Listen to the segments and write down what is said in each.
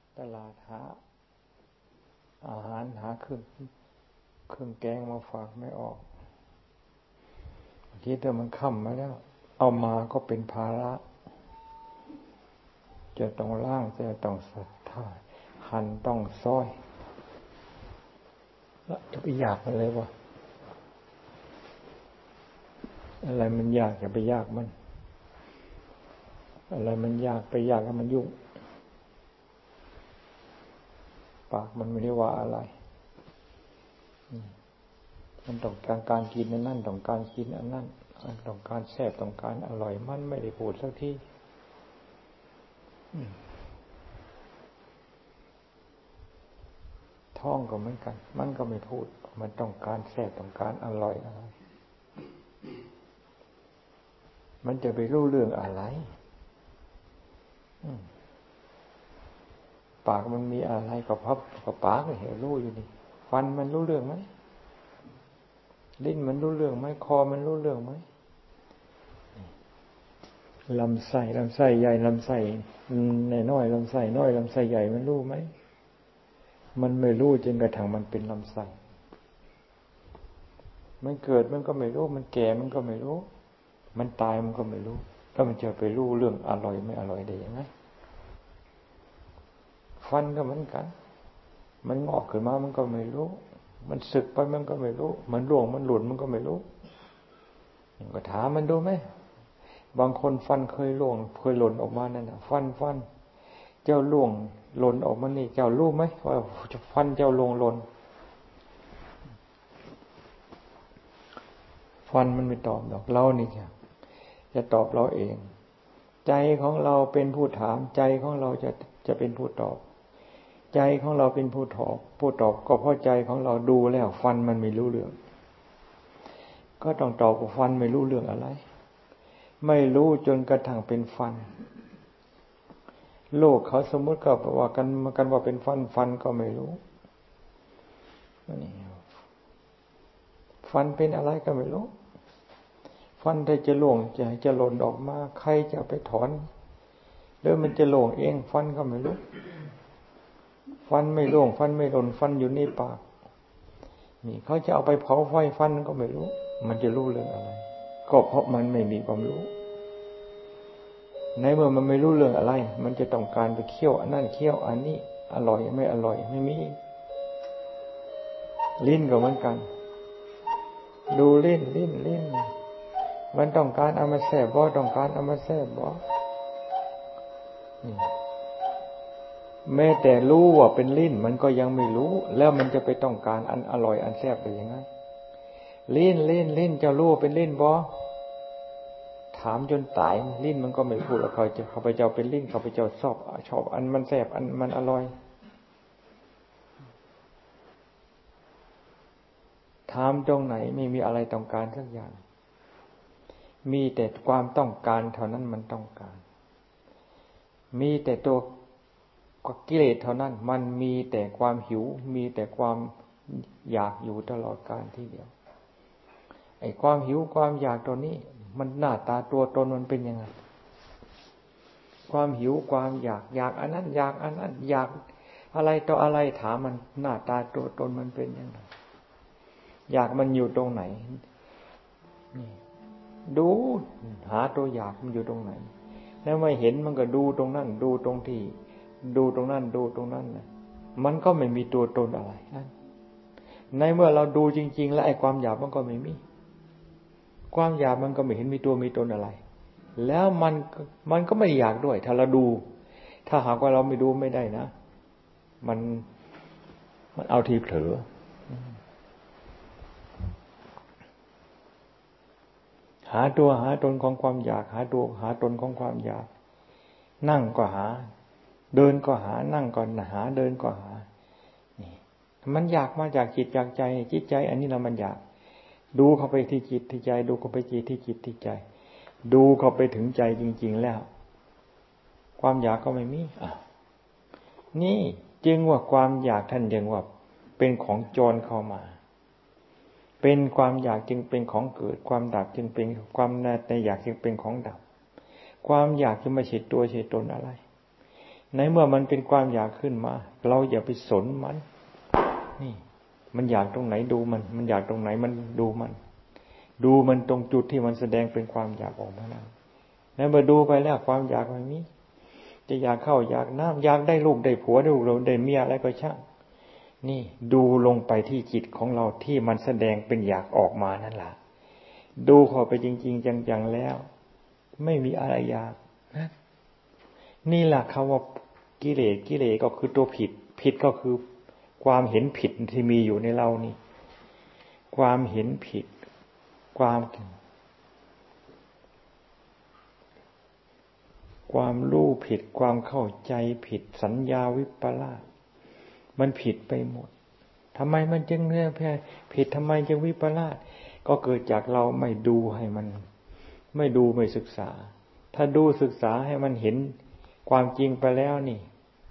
ตลาดหาอาหารหาเครื่องแกงมาฝากไม่ออกคิดว่ามันค่ำมาแล้วเอามาก็เป็นภาระจะต้องล้างจะต้องสัตถ่ายหั่นต้องซอยแล้วจะไปอยากมันเลยวะอะไรมันยากอย่าไปยากมันอะไรมันยากไปยากให้มันยุ่งปากมันไม่ได้ว่าอะไรมันต้องการกินอันนั้นต้องการกินอันนั้นต้องการแซ่บต้องการอร่อยมันไม่ได้พูดสักทีท้องก็เหมือนกันมันก็ไม่พูดมันต้องการแซ่บต้องการอร่อยอะไรมันจะไปรู้เรื่องอะไรปากมันมีอะไรกับพับกับปากเห็นรู้อยู่นี่ฟันมันรู้เรื่องไหมลิ้นมันรู้เรื่องไหมคอมันรู้เรื่องไหมลำไส้ใหญ่ลำไส้น้อยลำไส้น้อยลำไส้ใหญ่มันรู้ไหมมันไม่รู้จนกระทั่งมันเป็นลำไส้มันเกิดมันก็ไม่รู้มันแก่มันก็ไม่รู้มันตายมันก็ไม่รู้แล้วมันจะไปรู้เรื่องอร่อยไม่อร่อยได้ยังไงฟันก็เหมือนกันมันงอกขึ้นมามันก็ไม่รู้มันสึกไปมันก็ไม่รู้มันร่วงมันหลุดมันก็ไม่รู้ก็ถามมันดูไหมบางคนฟันเคยร่วงเคยหล่นออกมานั่นน่ะฟันเจ้าร่วงหล่นออกมานี่เจ้ารู้ไหมว่าฟันเจ้าร่วงหล่นฟันมันไม่ตอบหรอกเรานี่จะตอบเราเองใจของเราเป็นผู้ถามใจของเราจะเป็นผู้ตอบใจของเราเป็นผู้ตอบก็เพราะใจของเราดูแล้วฟันมันไม่รู้เรื่องก็ต้องตอบว่าฟันไม่รู้เรื่องอะไรไม่รู้จนกระทั่งเป็นฟันโลกเขาสมมติก็ว่ากันว่าเป็นฟันก็ไม่รู้ฟันเป็นอะไรก็ไม่รู้ฟันถ้าจะหลวงจะหล่นออกมาใครจะไปถอนหรือมันจะหลวงเองฟันก็ไม่รู้ฟันไม่หลวงฟันไม่หล่นฟันอยู่ในปากนี่เขาจะเอาไปเผาไฟฟันก็ไม่รู้มันจะรู้เรื่องอะไรก็เพราะมันไม่มีความรู้ในเมื่อมันไม่รู้เรื่องอะไรมันจะต้องการไปเคี่ยวอันนั้นเคี่ยวอันนี้อร่อยไม่อร่อยไม่มีลิ้นก็เหมือนกันดูลิ้นมันต้องการเอามาแซ่บบ่ต้องการเอามาแซ่บบ่แม้แต่รู้ว่าเป็นลิ้นมันก็ยังไม่รู้แล้วมันจะไปต้องการอันอร่อยอันแซ่บได้ยังไงลิ้นจะรู้ว่าเป็นลิ้นบ่ถามจนตายลิ้นมันก็ไม่พูดว่าเขาไปเจ้าเป็นลิ้นเขาไปเจ้าชอบอันมันแซ่บอันมันอร่อยถามตรงไหนไม่มีอะไรต้องการสักอย่างมีแต่ความต้องการเท่านั้นมันต้องการมีแต่ตัวกิเลสเท่านั้นมันมีแต่ความหิวมีแต่ความอยากอยู่ตลอดกาลทีเดียวไอ้ความหิวความอยากตัวนี้มันหน้าตาตัวตนมันเป็นยังไงความหิวความอยากอันนั้นอยากอันนั้นอยากอะไรต่ออะไรถามมันหน้าตาตัวตนมันเป็นยังไงอยากมันอยู่ตรงไหนดูหาตัวอยากมันอยู่ตรงไหนแล้วไม่เห็นมันก็ดูตรงนั้นดูตรงที่ดูตรงนั้นดูตรงนั้นนะมันก็ไม่มีตัวตนอะไรนั่นในเมื่อเราดูจริงๆแล้วไอ้ความอยากมันก็ไม่มีความอยากมันก็ไม่เห็นมีตัวมีตนอะไรแล้วมันก็ไม่อยากด้วยถ้าเราดูถ้าหากว่าเราไม่ดูไม่ได้นะมันเอาทีเผลอหาตัวหาตนของความอยากหาตัวหาตนของความอยากนั่งก็หาเดินก็หานั่งก็หาเดินก็หานี่มันอยากมาจากจิตจากใจจิตใจอันนี้เรามันอยากดูเข้าไปที่จิตที่ใจดูเข้าไปที่จิตที่ใจดูเข้าไปถึงใจจริงๆแล้วความอยากก็ไม่มีนี่จึงว่าความอยากท่านจึงว่าเป็นของโจรเข้ามาเป็นความอยากจึงเป็นของเกิดความดับจึงเป็นความในอยากจึงเป็นของดับความอยากจะไม่ใช่ตัวใช่ตนอะไรในเมื่อมันเป็นความอยากขึ้นมาเราอย่าไปสนมันนี่มันอยากตรงไหนดูมันอยากตรงไหนมันดูมันตรงจุดที่มันแสดงเป็นความอยากออกมาแล้วแล้วมาดูไปแล้วความอยากมันมีจะอยากเข้าอยากน้ำอยากได้ลูกได้ผัวได้ลูกได้เมียอะไรก็ช่างนี่ดูลงไปที่จิตของเราที่มันแสดงเป็นอยากออกมานั่นแหละดูเข้าไปจริงๆจังๆแล้วไม่มีอะไรอยากนะนี่แหละคำว่ากิเลสก็คือตัวผิดก็คือความเห็นผิดที่มีอยู่ในเรานี่ความเห็นผิดความรู้ผิดความเข้าใจผิดสัญญาวิปลาสมันผิดไปหมดทำไมมันจึงผิดทำไมจึงวิปลาสก็เกิดจากเราไม่ดูให้มันไม่ดูไม่ศึกษาถ้าดูศึกษาให้มันเห็นความจริงไปแล้วนี่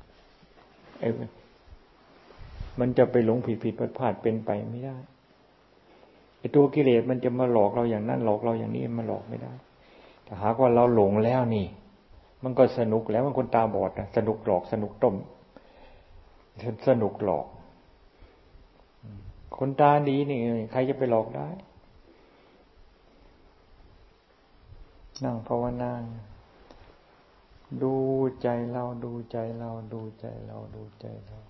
มันจะไปหลงผิดพลาดเป็นไปไม่ได้ไอ้ตัวกิเลสมันจะมาหลอกเราอย่างนั้นหลอกเราอย่างนี้มันหลอกไม่ได้ถ้าหากว่าเราหลงแล้วนี่มันก็สนุกแล้วมันคนตาบอดนะสนุกหลอกสนุกต้มสนุกหลอกคนตาดีนี่ใครจะไปหลอกได้นั่งภาวนาดูใจเราดูใจเราดูใจเราดูใจเรา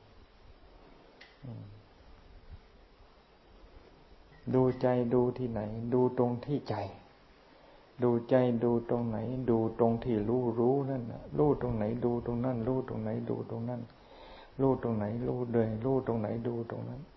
ดูใจดูที่ไหนดูตรงที่ใจดูใจดูตรงไหนดูตรงที่รู้นั่นน่ะรู้ตรงไหนดูตรงนั้นรู้ตรงไหนดูตรงนั้นรู้ตรงไหนรู้เลยรู้ตรงไหนดูตรงนั้น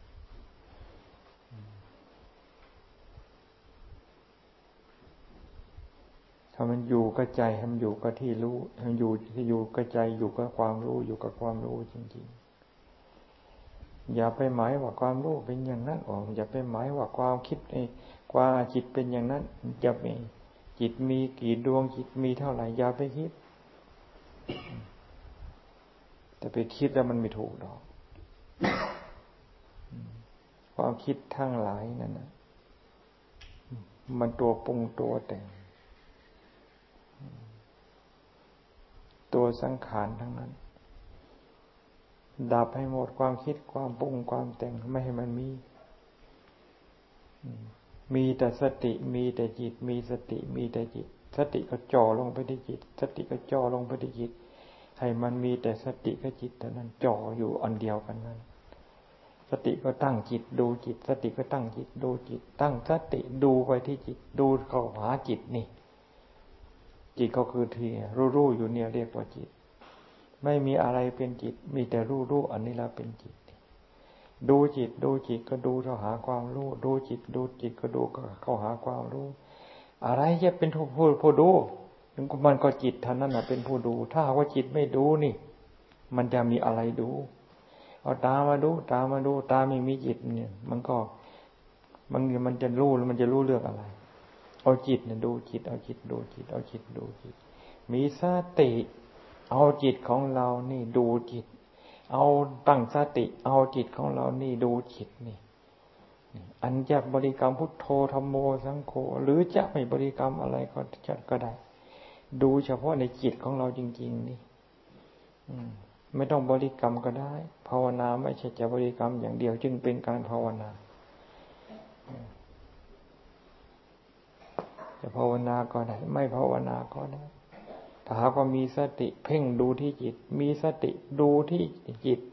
ถ้ามันอยู่กับใจให้มันอยู่กับที่รู้ให้มันอยู่กับใจอยู่กับความรู้อยู่กับความรู้จริงๆอย่าไปหมายว่าความรู้เป็นอย่างนั้นอย่าไปหมายว่าความคิดความจิตเป็นอย่างนั้นจะมีจิตมีกี่ดวงจิตมีเท่าไหร่อย่าไปคิดแต่ไปคิดแล้วมันไม่ถูกดอกความคิดทั้งหลายนั่นนะมันตัวปรุงตัวแต่งตัวสังขารทั้งนั้นดับให้หมดความคิดความปรุงความแต่งไม่ให้มันมีแต่สติมีแต่จิตมีสติมีแต่จิตสติก็จ่อลงไปที่จิตสติก็จ่อลงไปที่จิตให้มันมีแต่สติกับจิตเท่านั้นจ่ออยู่อันเดียวกันนั้นสติก็ตั้งจิตดูจิตสติก็ตั้งจิตดูจิตตั้งสติดูไปที่จิตดูเข้าหาจิตนี่จิตก็คือที่รู้อยู่เนี่ยเรียกว่าจิตไม่มีอะไรเป็นจิตมีแต่รู้อันนี้ละเป็นจิตดูจิตก็ดูเข้าหาความรู้ดูจิตก็ดูเข้าหาความรู้อะไรจะเป็นผู้ดูมันก็จิตเท่านั้นน่ะเป็นผู้ดูถ้าว่าจิตไม่ดูนี่มันจะมีอะไรดูเอาตามาดูตาไม่มีจิตเนี่ยมันจะรู้แล้วมันจะรู้เรื่องอะไรเอาจิตเนี่ยดูจิตเอาจิตดูจิตเอาจิตดูจิตมีสติเอาจิตของเรานี่ดูจิตเอาตั้งสติเอาจิตของเรานี่ดูจิตนี่อันจะบริกรรมพุทโธธัมโมสังโฆหรือจะไม่บริกรรมอะไรก็ได้ดูเฉพาะในจิตของเราจริงๆนี่ไม่ต้องบริกรรมก็ได้ภาวนาไม่ใช่จะบริกรรมอย่างเดียวจึงเป็นการภาวนาจะภาวนาก็ได้ไม่ภาวนาก็ได้ถ้าหากว่ามีสติเพ่งดูที่จิตมีสติดูที่จิต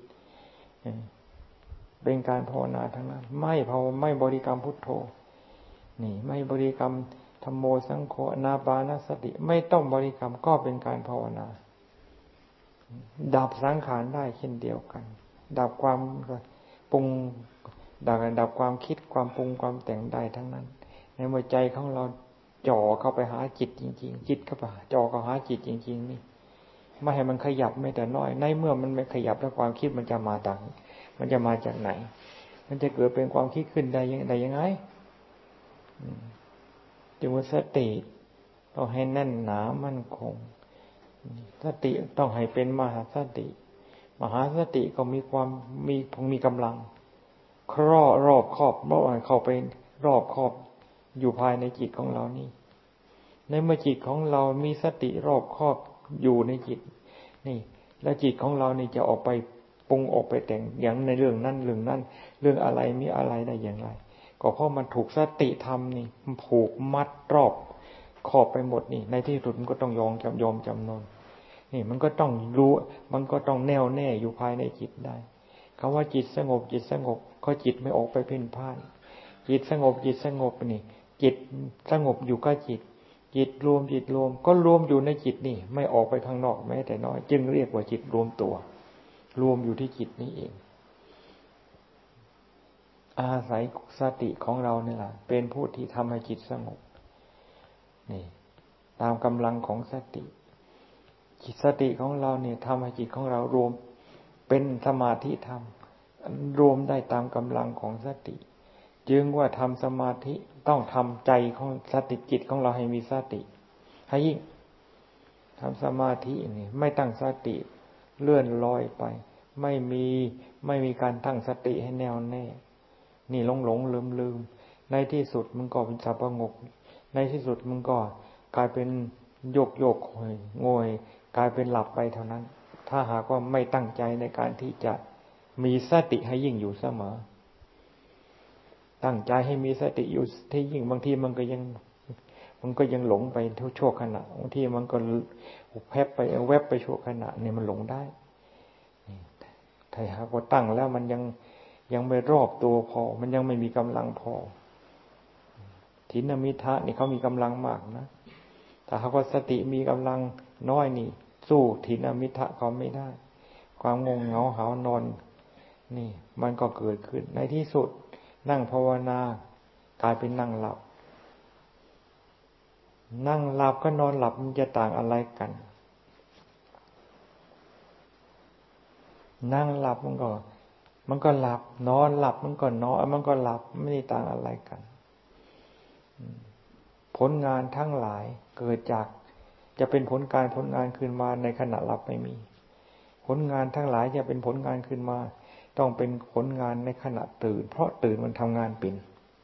เป็นการภาวนาทั้งนั้นไม่บริกรรมพุทโธนี่ไม่บริกรรมธัมโมสังโฆอานาปานสติไม่ต้องบริกรรมก็เป็นการภาวนาดับสังขารได้เช่นเดียวกันดับความปรุงดับความคิดความปรุงความแต่งได้ทั้งนั้นในหัวใจของเราจ่อเข้าไปหาจิตจริงๆจิตเข้าไปจ่อเข้าหาจิตจริงๆนี่ไม่ให้มันขยับไม่แต่น้อยในเมื่อมันไม่ขยับแล้วความคิดมันจะมาจากไหนมันจะเกิดเป็นความคิดขึ้นได้ยังไงจึงว่าสติต้องให้แน่นหนามั่นคงสติต้องให้เป็นมหาสติก็มีกำลังรอบครอบเข้าไปรอบครอบอยู่ภายในจิตของเรานี่ในเมื่อจิตของเรามีสติรอบครอบอยู่ในจิตนี่และจิตของเรานี่จะออกไปปรุงออกไปแต่งอย่างในเรื่องนั้นเรื่องนั้นเรื่องอะไรมีอะไรได้อย่างไรก็เพราะมันถูกสติธรรมนี่มันผูกมัดรอบขอบไปหมดนี่ในที่สุดมันก็ต้องยอมจำนนนี่มันก็ต้องรู้มันก็ต้องแน่วแน่อยู่ภายในจิตได้คำว่าจิตสงบก็จิตไม่ออกไปเพ่นพ่านจิตสงบนี่จิตสงบอยู่กับจิตรวมก็รวมอยู่ในจิตนี่ไม่ออกไปข้างนอกแม้แต่น้อยจึงเรียกว่าจิตรวมตัวรวมอยู่ที่จิตนี้เองอาศัยสติของเราเนี่ยแหละเป็นผู้ที่ทำให้จิตสงบนี่ตามกำลังของสติสติของเราเนี่ยทำให้จิตของเรารวมเป็นสมาธิธรรมรวมได้ตามกำลังของสติจึงว่าทำสมาธิต้องทำใจของสติจิตของเราให้มีสติให้ยิ่งทำสมาธินี่ไม่ตั้งสติเลื่อนลอยไปไม่มีการตั้งสติให้แน่วแน่นี่หลงลืมในที่สุดมันก็เป็นสับประงกในที่สุดมันก็กลายเป็นโยกงอยกลายเป็นหลับไปเท่านั้นถ้าหากว่าไม่ตั้งใจในการที่จะมีสติให้ยิ่งอยู่เสมอตั้งใจให้มีสติอยู่ที่ยิ่งบางทีมันก็ยังหลงไปทุกชั่วขณะบางทีมันก็แวบไปชั่วขณะเนี่ยมันหลงได้ถ้าหากว่าตั้งแล้วมันยังไม่รอบตัวพอมันยังไม่มีกำลังพอถินมิทะนี่เขามีกำลังมากนะแต่หากว่าสติมีกำลังน้อยนี่สู้ถินมิทะเขาไม่ได้ความงงเหงาหาวนอนนี่มันก็เกิดขึ้นในที่สุดนั่งภาวนากลายเป็นนั่งหลับก็นอนหลับมันจะต่างอะไรกันนั่งหลับมันก็หลับนอนหลับมันก็นอนมันก็หลับไม่ได้ต่างอะไรกันผลงานทั้งหลายเกิดจากจะเป็นผลงานขึ้นมาในขณะหลับไม่มีผลงานทั้งหลายจะเป็นผลงานขึ้นมาต้องเป็นผลงานในขณะตื่นเพราะตื่นมันทำงานเป็น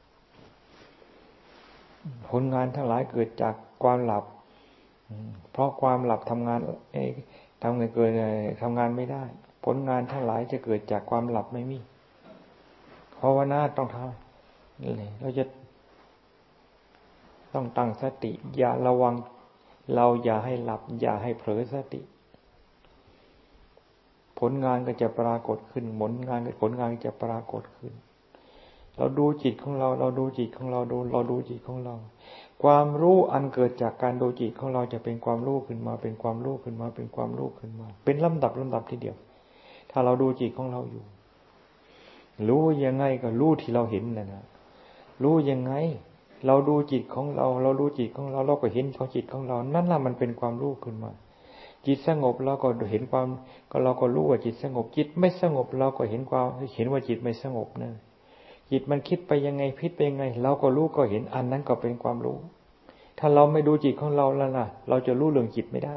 ผลงานทั้งหลายเกิดจากความหลับเพราะความหลับทำงานเกิดทำงานไม่ได้ผลงานทั้งหลายจะเกิดจากความหลับไม่มีภาวนาต้องทำนี่เลยเราจะต้องตั้งสติอย่าระวังเราอย่าให้หลับอย่าให้เผลอสติผลงานก็จะปรากฏขึ้นผลงานก็จะปรากฏขึ้นเราดูจิตของเราเราดูจิตของเราเราดูจิตของเราความรู้อันเกิดจากการดูจิตของเราจะเป็นความรู้ขึ้นมาเป็นความรู้ขึ้นมาเป็นความรู้ขึ้นมาเป็นลำดับทีเดียวถ้าเราดูจิตของเราอยู่รู้ยังไงก็รู้ที่เราเห็นนะรู้ยังไงเราดูจิตของเราเราดูจิตของเราเราก็เห็นของจิตของเรานั่นแหละมันเป็นความรู้ขึ้นมาจิตสงบเราก็เห็นความก็เราก็รู้ว่าจิตสงบจิตไม่สงบเราก็เห็นว่าจิตไม่สงบนะจิตมันคิดไปยังไงพิษไปยังไงเราก็รู้ก็เห็นอันนั้นก็เป็นความรู้ถ้าเราไม่ดูจิตของเราแล้วล่ะเราจะรู้เรื่องจิตไม่ได้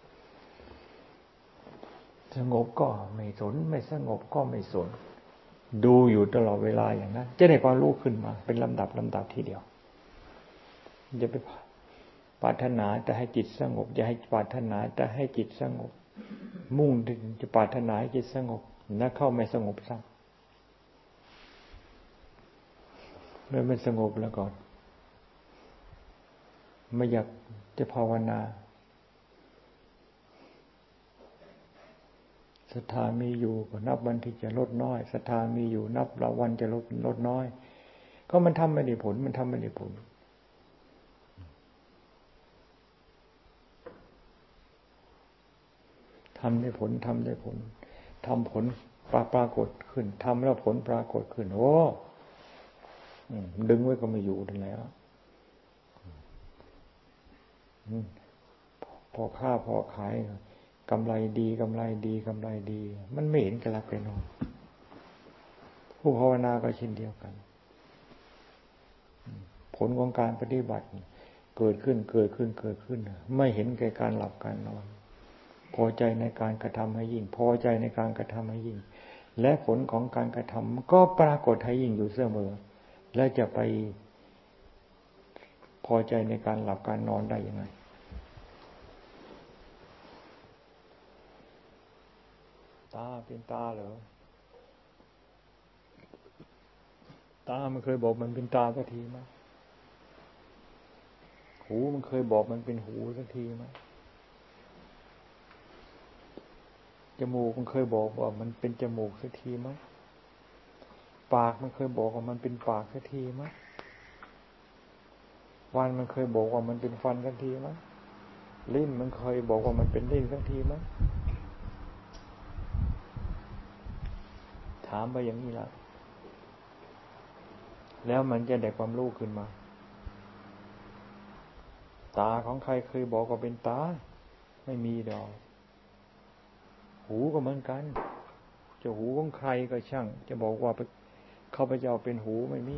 สงบก็ไม่สนไม่สงบก็ไม่สนดูอยู่ตลอดเวลาอย่างนั้นจะได้ความรู้ขึ้นมาเป็นลำดับทีเดียวอย่าไปปรารถนาจะให้จิตสงบอย่าให้ปรารถนาจะให้จิตสงบมุ่งถึงจะปรารถนาให้จิตสงบแล้วเข้าไม่สงบซะเมื่อมันสงบแล้วก่อนไม่อยากจะภาวนาศรัทธามีอยู่ก็นับวันที่จะลดน้อยศรัทธามีอยู่นับวันจะลดน้อยก็มันทำไม่ได้ผลทำได้ผลทำผลปรากฏขึ้นทำแล้วผลปรากฏขึ้นโอ้ดึงไว้ก็ไม่อยู่แล้วพอค้าพอขายกำไรดีมันไม่เห็นกระลักกระนองผู้ภาวนาก็เช่นเดียวกันผลของการปฏิบัติเกิดขึ้นไม่เห็นแก่การหลับการนอนพอใจในการกระทำให้ยิ่งพอใจในการกระทำให้ยิ่งและผลของการกระทำก็ปรากฏให้ยิ่งอยู่เสมอและจะไปพอใจในการหลับการนอนได้ยังไงตาเป็นตาเหรอตามันเคยบอกมันเป็นตาสักทีไหมหูมันเคยบอกมันเป็นหูสักทีไหมจมูกมันเคยบอกว่ามันเป็นจมูกสักทีไหมปากมันเคยบอกว่ามันเป็นปากสักทีไหมฟันมันเคยบอกว่ามันเป็นฟันสักทีไหมลิ้นมันเคยบอกว่ามันเป็นลิ้นสักทีไหมถามไปอย่างนี้ละแล้วมันจะได้ความรู้ขึ้นมาตาของใครเคยบอกว่าเป็นตาไม่มีดอกหูก็เหมือนกันจะหูของใครก็ช่างจะบอกว่าข้าพเจ้าเป็นหูไม่มี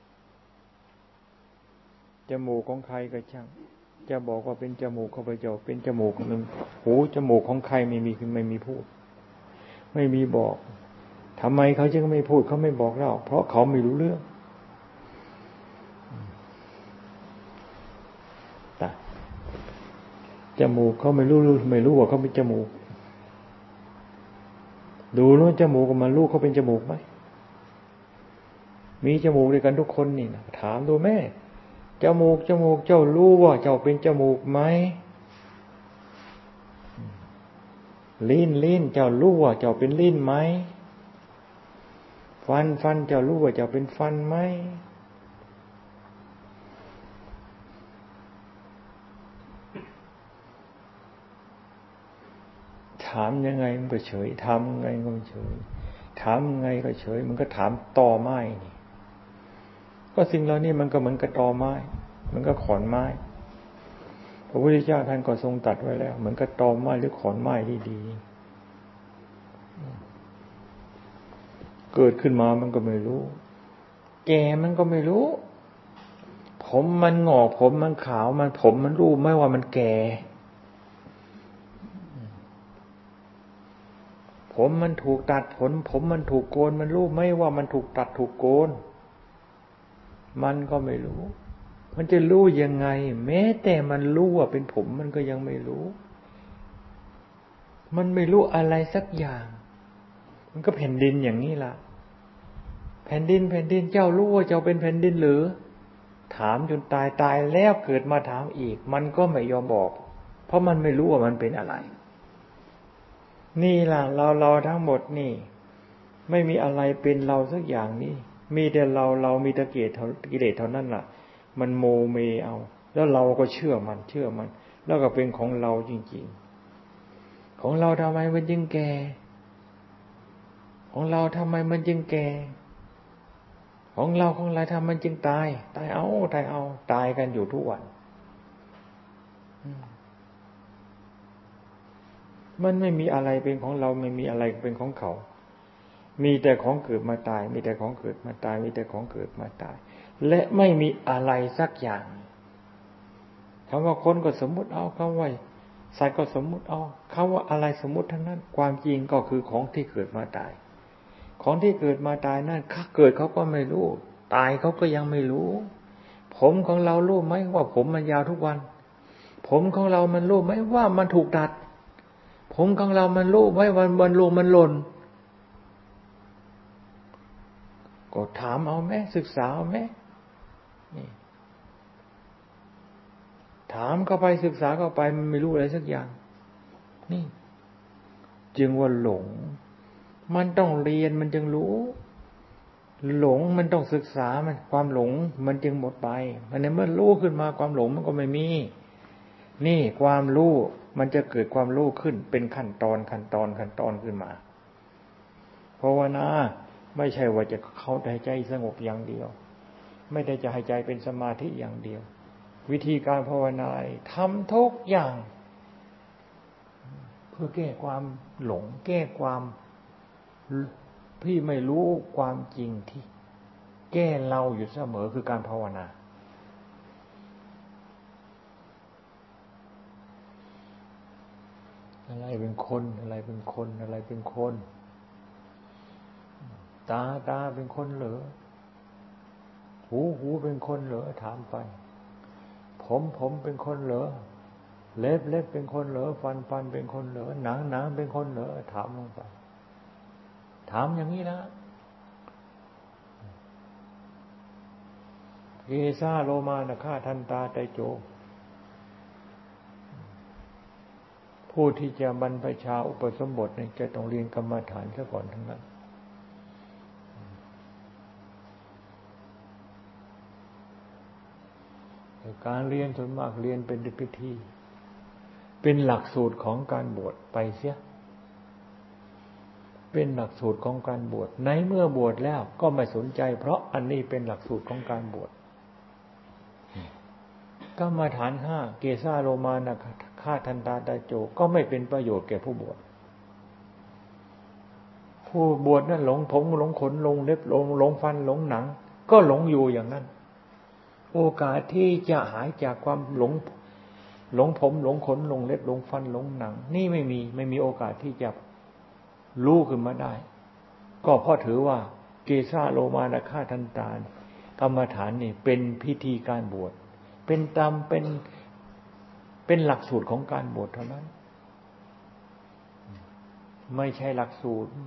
จมูกของใครก็ช่างจะบอกว่าเป็นจมูกข้าพเจ้าเป็นจมูกมันหูจมูกของใครไม่มีพูดไม่มีบอกทำไมเขาจึงไม่พูดเขาไม่บอกเราเพราะเขาไม่รู้เรื่องจมูกเขาไม่รู้ว่าเขาเป็นจมูกดูแล้วจมูกกับมันรู้เขาเป็นจมูกไหมมีจมูกด้วยกันทุกคนนี่นะถามดูแม่จมูกเจ้ารู้ว่าเจ้าเป็นจมูกไหมลิ้นเจ้ารู้ว่าเจ้าเป็นลิ้นไหมฟันเจ้ารู้ว่าเจ้าเป็นฟันไหมถามยังไงมันก็เฉยถามยังไงก็เฉยถามยังไงก็เฉยมันก็ถามตอไม้นี่ก็สิ่งเหล่านี้มันก็เหมือนกับตอไม้มันก็ขอนไม้พระพุทธเจ้าท่านก็ทรงตรัสไว้แล้วเหมือนกับตอไม้หรือขอนไม้ที่ดีเกิดขึ้นมามันก็ไม่รู้แก่มันก็ไม่รู้ผมมันงอกผมมันขาวผมมันรู้ไม่ว่ามันแก่ผมมันถูกตัดผมมันถูกโกนมันรู้ไม่ว่ามันถูกตัดถูกโกนมันก็ไม่รู้มันจะรู้ยังไงแม้แต่มันรู้ว่าเป็นผมมันก็ยังไม่รู้มันไม่รู้อะไรสักอย่างมันก็แผ่นดินอย่างนี้ล่ะแผ่นดินเจ้ารู้ว่าเจ้าเป็นแผ่นดินหรือถามจนตายแล้วเกิดมาถามอีกมันก็ไม่ยอมบอกเพราะมันไม่รู้ว่ามันเป็นอะไรนี่ล่ะเราทั้งหมดนี่ไม่มีอะไรเป็นเราสักอย่างนี่มีแต่เรามีแต่กิเลสเท่านั้นล่ะมันโมเมเอาแล้วเราก็เชื่อมันแล้วก็เป็นของเราจริงๆของเราทำไมมันจึงแก่ของเราทำไมมันจึงแก่ของเราทำมันจึงตายเอาตายกันอยู่ทุกวันมันไม่มีอะไรเป็นของเราไม่มีอะไรเป็นของเขามีแต่ของเกิดมาตายมีแต่ของเกิดมาตายมีแต่ของเกิดมาตายและไม่มีอะไรสักอย่างคำว่าคนก็สมมุติเอาคำว่าสัตว์ก็สมมุติเอาคำว่าอะไรสมมุติทั้งนั้นความจริงก็คือของที่เกิดมาตายของที่เกิดมาตายนั่นเกิดเขาก็ไม่รู้ตายเขาก็ยังไม่รู้ผมของเรารู้ไหมว่าผมมันยาวทุกวันผมของเรามันรู้ไหมว่ามันถูกตัดผมของเรามันรู้ไหมวันลงมันหล่นก็ถามเอาแม่ศึกษาเอาแม่นี่ถามเข้าไปศึกษาเข้าไปมันไม่รู้อะไรสักอย่างนี่จึงว่าหลงมันต้องเรียนมันจึงรู้หลงมันต้องศึกษามันความหลงมันจึงหมดไปมันเมื่อรู้ขึ้นมาความหลงมันก็ไม่มีนี่ความรู้มันจะเกิดความรู้ขึ้นเป็นขั้นตอนขึ้นมาภาวนาไม่ใช่ว่าจะเข้าใจสงบอย่างเดียวไม่ได้จะให้ใจเป็นสมาธิอย่างเดียววิธีการภาวนาทำทุกอย่างเพื่อแก้ความหลงแก้ความที่ไม่รู้ความจริงที่แก้เราอยู่เสมอคือการภาวนาอะไรเป็นคนอะไรเป็นคนตาเป็นคนเหรอหูเป็นคนเหรอถามไปผมเป็นคนเหรอเล็บเป็นคนเหรอฟันเป็นคนเหรอหนังเป็นคนเหรอถามลงไปถามอย่างนี้นะเกสาโลมานะฆ่าทันตาไตโจผู้ที่จะบรรพชาอุปสมบทเนี่ยจะต้องเรียนกรรมฐานซะก่อนทั้งนั้นแต่การเรียนส่วนมากเรียนเป็นพิธีเป็นหลักสูตรของการบวชไปเสียเป็นหลักสูตรของการบวชในเมื่อบวชแล้วก็ไม่สนใจเพราะอันนี้เป็นหลักสูตรของการบวชกรรมฐานห้าเกสาโลมานะฆ่าทันตาไตโจก็ไม่เป็นประโยชน์แก่ผู้บวชผู้บวชนั้นหลงผมหลงขนหลงเล็บหลงฟันหลงหนังก็หลงอยู่อย่างนั้นโอกาสที่จะหายจากความหลงผมหลงขนหลงเล็บหลงฟันหลงหนังนี่ไม่มีโอกาสที่จะรู้ขึ้นมาได้ก็เพราะถือว่าเกสาโลมานะฆ่าทันตากรรมฐานนี่เป็นพิธีการบวชเป็นหลักสูตรของการบวชเท่านั้นไม่ใช่หลักสูตร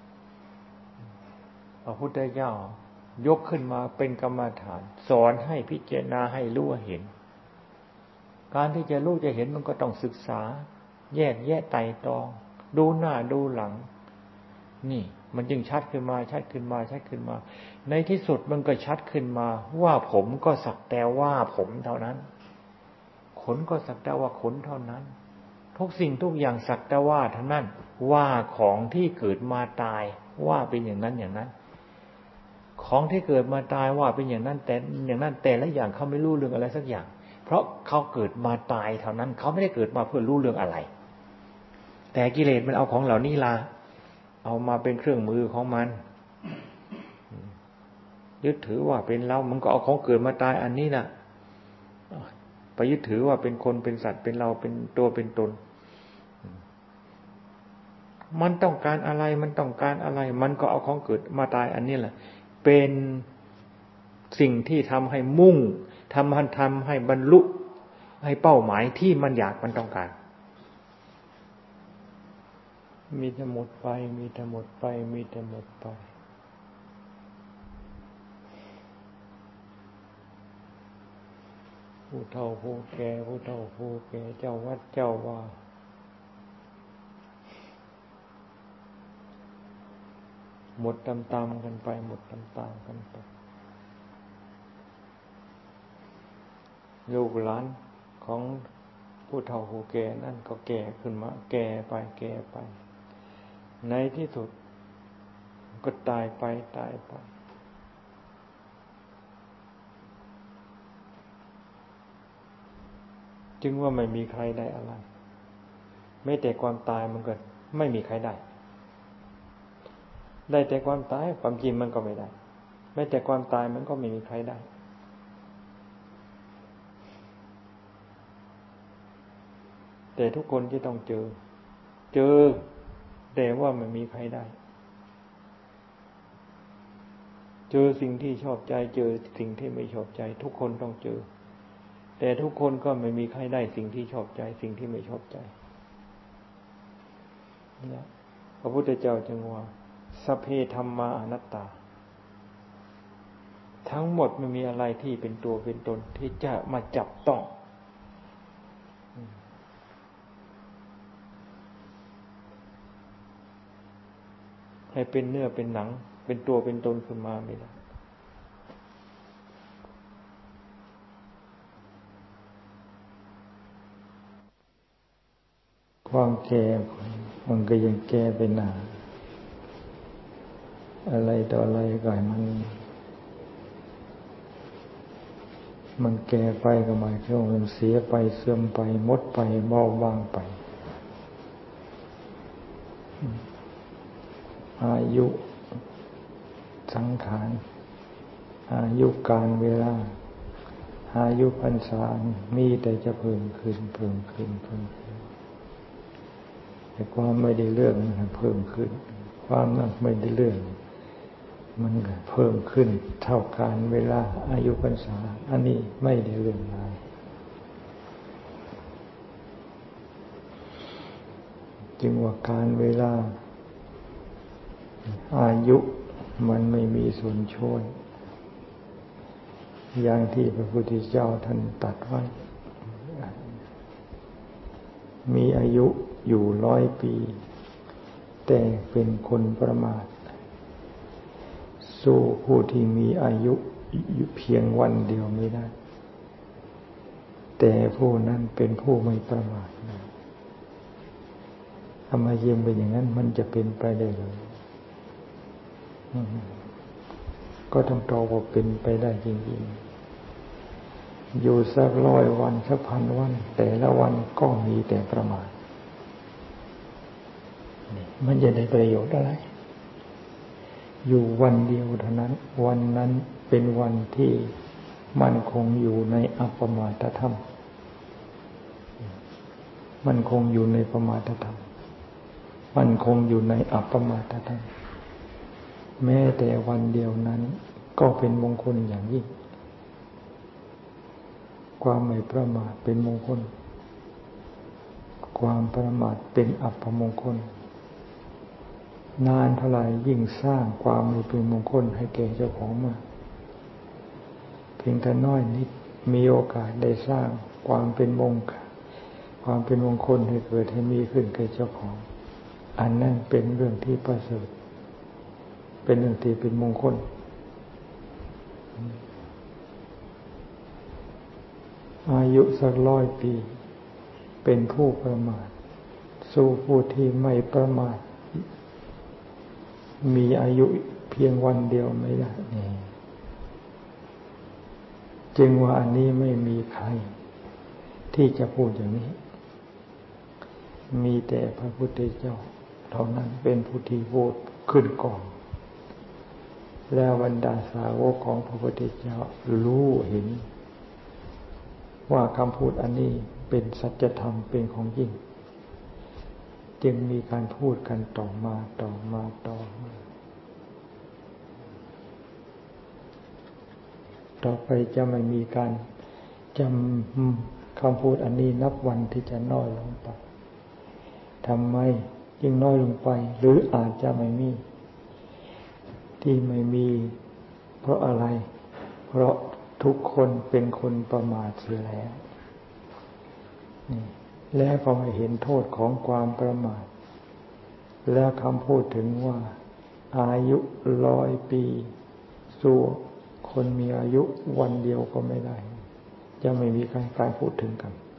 พระพุทธเจ้ายกขึ้นมาเป็นกรรมฐานสอนให้พิจารณาให้รู้เห็นการที่จะรู้จะเห็นมันก็ต้องศึกษาแยกแยะไตร่ตรองดูหน้าดูหลังนี่มันจึงชัดขึ้นมาในที่สุดมันก็ชัดขึ้นมาว่าผมก็สักแต่ว่าผมเท่านั้นขนก็สักแต่ว่าขนเท่านั้นทุกสิ่งทุกอย่างสักแต่ว่าเท่านั้นว่าของที่เกิดมาตายว่าเป็นอย่างนั้นของที่เกิดมาตายว่าเป็นอย่างนั้นแต่ละอย่างเขาไม่รู้เรื่องอะไรสักอย่างเพราะเขาเกิดมาตายเท่านั้นเขาไม่ได้เกิดมาเพื่อรู้เรื่องอะไรแต่กิเลสมันเอาของเหล่านี้ล่ะเอามาเป็นเครื่องมือของมันยึดถือว่าเป็นเรามันก็เอาของเกิดมาตายอันนี้น่ะไปยึดถือว่าเป็นคนเป็นสัตว์เป็นเราเป็นตัวเป็นตนมันต้องการอะไรมันก็เอาของเกิดมาตายอันนี้แหละเป็นสิ่งที่ทำให้มุ่งทำให้บรรลุให้เป้าหมายที่มันอยากมันต้องการมีแต่หมดไปผู้เฒ่าผู้แก่เจ้าวัดเจ้าว่าหมดตามๆกันไปลูกหลานของผู้เฒ่าผู้แก่นั่นก็แก่ขึ้นมาแก่ไปในที่สุดก็ตายไปจึงว่าไม่มีใครได้อะไรแม้แต่ความตายมันก็ไม่มีใครได้แต่ความตายความจริงมันก็ไม่ได้แม้แต่ความตายมันก็ไม่มีใครได้แต่ทุกคนที่ต้องเจอแต่ว่าไม่มีใครได้เจอสิ่งที่ชอบใจเจอสิ่งที่ไม่ชอบใจทุกคนต้องเจอแต่ทุกคนก็ไม่มีใครได้สิ่งที่ชอบใจสิ่งที่ไม่ชอบใจเนี่ยพระพุทธเจ้าจึงว่าสัพเพธัมมาอนัตตาทั้งหมดไม่มีอะไรที่เป็นตัวเป็นตนที่จะมาจับต้องให้เป็นเนื้อเป็นหนังเป็นตัวเป็นตนขึ้นมาไม่ได้ความแก่มันก็ยังแก่ไปหนาอะไรต่ออะไรก็ให้มันแก่ไปก็หมายถึงว่ามันเสียไปเสื่อมไปหมดไปเบาบางไปอายุสังขารอายุการเวลาอายุพรรษามีแต่จะเพิ่มขึ้นแต่ความไม่ได้เรื่องมันเพิ่มขึ้นความนั้นไม่ได้เรื่องมันก็เพิ่มขึ้นเท่าการเวลาอายุพรรษาอันนี้ไม่ได้เรื่องอะไรจึงว่าการเวลาอายุมันไม่มีส่วนช่วยอย่างที่พระพุทธเจ้าท่านตรัสไว้มีอายุอยู่100 ปีแต่เป็นคนประมาทสู้ผู้ที่มีอายุอยู่เพียงวันเดียวไม่ได้แต่ผู้นั้นเป็นผู้ไม่ประมาททำไมยังเป็นอย่างนั้นมันจะเป็นไปได้เลยก็ต้องตอบว่าเป็นไปได้จริงๆอยู่สัก100 วันสัก1,000 วันแต่ละวันก็มีแต่ประมาทมันจะได้ประโยชน์อะไรอยู่วันเดียวเท่านั้นวันนั้นเป็นวันที่มั่นคงอยู่ในอัปปมาทธรรมมั่นคงอยู่ในปมาทธรรมมั่นคงอยู่ในอัปปมาทธรรมแม้แต่วันเดียวนั้นก็เป็นมงคลอย่างยิ่งความไม่ประมาทเป็นมงคลความประมาทเป็นอัปมงคลนานเท่าไหร่ยิ่งสร้างความไม่เป็นมงคลให้แก่เจ้าของมากเพียงแต่น้อยนิดมีโอกาสได้สร้างความเป็นมงคลความเป็นมงคลให้เกิดให้มีขึ้นแก่เจ้าของอันนั้นเป็นเรื่องที่ประเสริฐเป็นเรื่องที่เป็นมงคลอายุสัก100 ปีเป็นผู้ประมาทสู้ผู้ที่ไม่ประมาทมีอายุเพียงวันเดียวไม่ได้จึงว่าอันนี้ไม่มีใครที่จะพูดอย่างนี้มีแต่พระพุทธเจ้าเท่านั้นเป็นผู้ที่พูดขึ้นก่อนแล้วบรรดาสาวกของพระพุทธเจ้ารู้เห็นว่าคำพูดอันนี้เป็นสัจธรรมเป็นของจริงจึงมีการพูดกันต่อมาต่อไปจะไม่มีการจำคำพูดอันนี้นับวันที่จะน้อยลงไปทำไมจึงน้อยลงไปหรืออาจจะไม่มีที่ไม่มีเพราะอะไรเพราะทุกคนเป็นคนประมาทเสียแล้วแล้วก็ไม่เห็นโทษของความประมาทแล้วคำพูดถึงว่าอายุ100 ปีสู้คนมีอายุวันเดียวก็ไม่ได้จะไม่มีการพูดถึงกัน